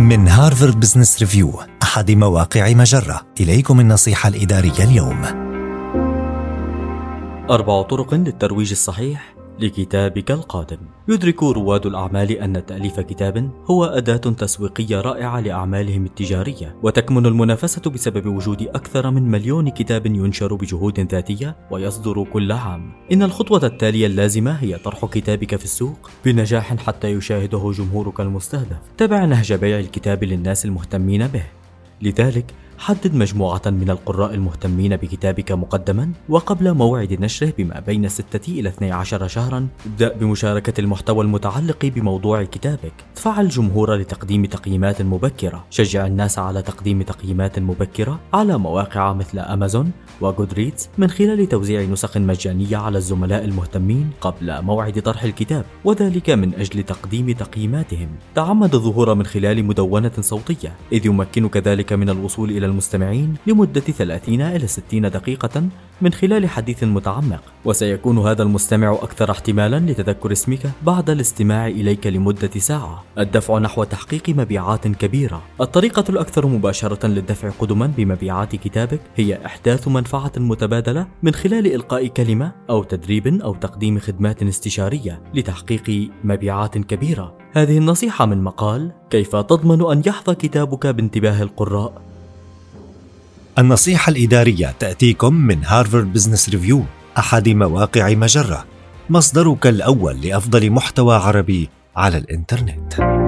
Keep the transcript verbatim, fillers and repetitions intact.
من هارفارد بزنس ريفيو أحد مواقع مجرة، إليكم النصيحة الإدارية اليوم. أربع طرق للترويج الصحيح لكتابك القادم. يدرك رواد الأعمال أن تأليف كتاب هو أداة تسويقية رائعة لأعمالهم التجارية، وتكمن المنافسة بسبب وجود أكثر من مليون كتاب ينشر بجهود ذاتية ويصدر كل عام. إن الخطوة التالية اللازمة هي طرح كتابك في السوق بنجاح حتى يشاهده جمهورك المستهدف. تبع نهج بيع الكتاب للناس المهتمين به. لذلك حدد مجموعة من القراء المهتمين بكتابك مقدما وقبل موعد نشره بما بين ستة إلى اثني عشر شهرا. ابدأ بمشاركة المحتوى المتعلق بموضوع كتابك. ادفع الجمهور لتقديم تقييمات مبكرة. شجع الناس على تقديم تقييمات مبكرة على مواقع مثل أمازون وغودريدز من خلال توزيع نسخ مجانية على الزملاء المهتمين قبل موعد طرح الكتاب، وذلك من أجل تقديم تقييماتهم. تعمد الظهور من خلال مدونة صوتية، إذ يمكنك ذلك من الوصول إلى المستمعين لمدة ثلاثين إلى ستين دقيقة من خلال حديث متعمق، وسيكون هذا المستمع أكثر احتمالا لتذكر اسمك بعد الاستماع إليك لمدة ساعة. الدفع نحو تحقيق مبيعات كبيرة. الطريقة الأكثر مباشرة للدفع قدما بمبيعات كتابك هي إحداث منفعة متبادلة من خلال إلقاء كلمة أو تدريب أو تقديم خدمات استشارية لتحقيق مبيعات كبيرة. هذه النصيحة من مقال كيف تضمن أن يحظى كتابك بانتباه القراء. النصيحة الإدارية تأتيكم من هارفارد بزنس ريفيو أحد مواقع مجرة، مصدرك الأول لأفضل محتوى عربي على الإنترنت.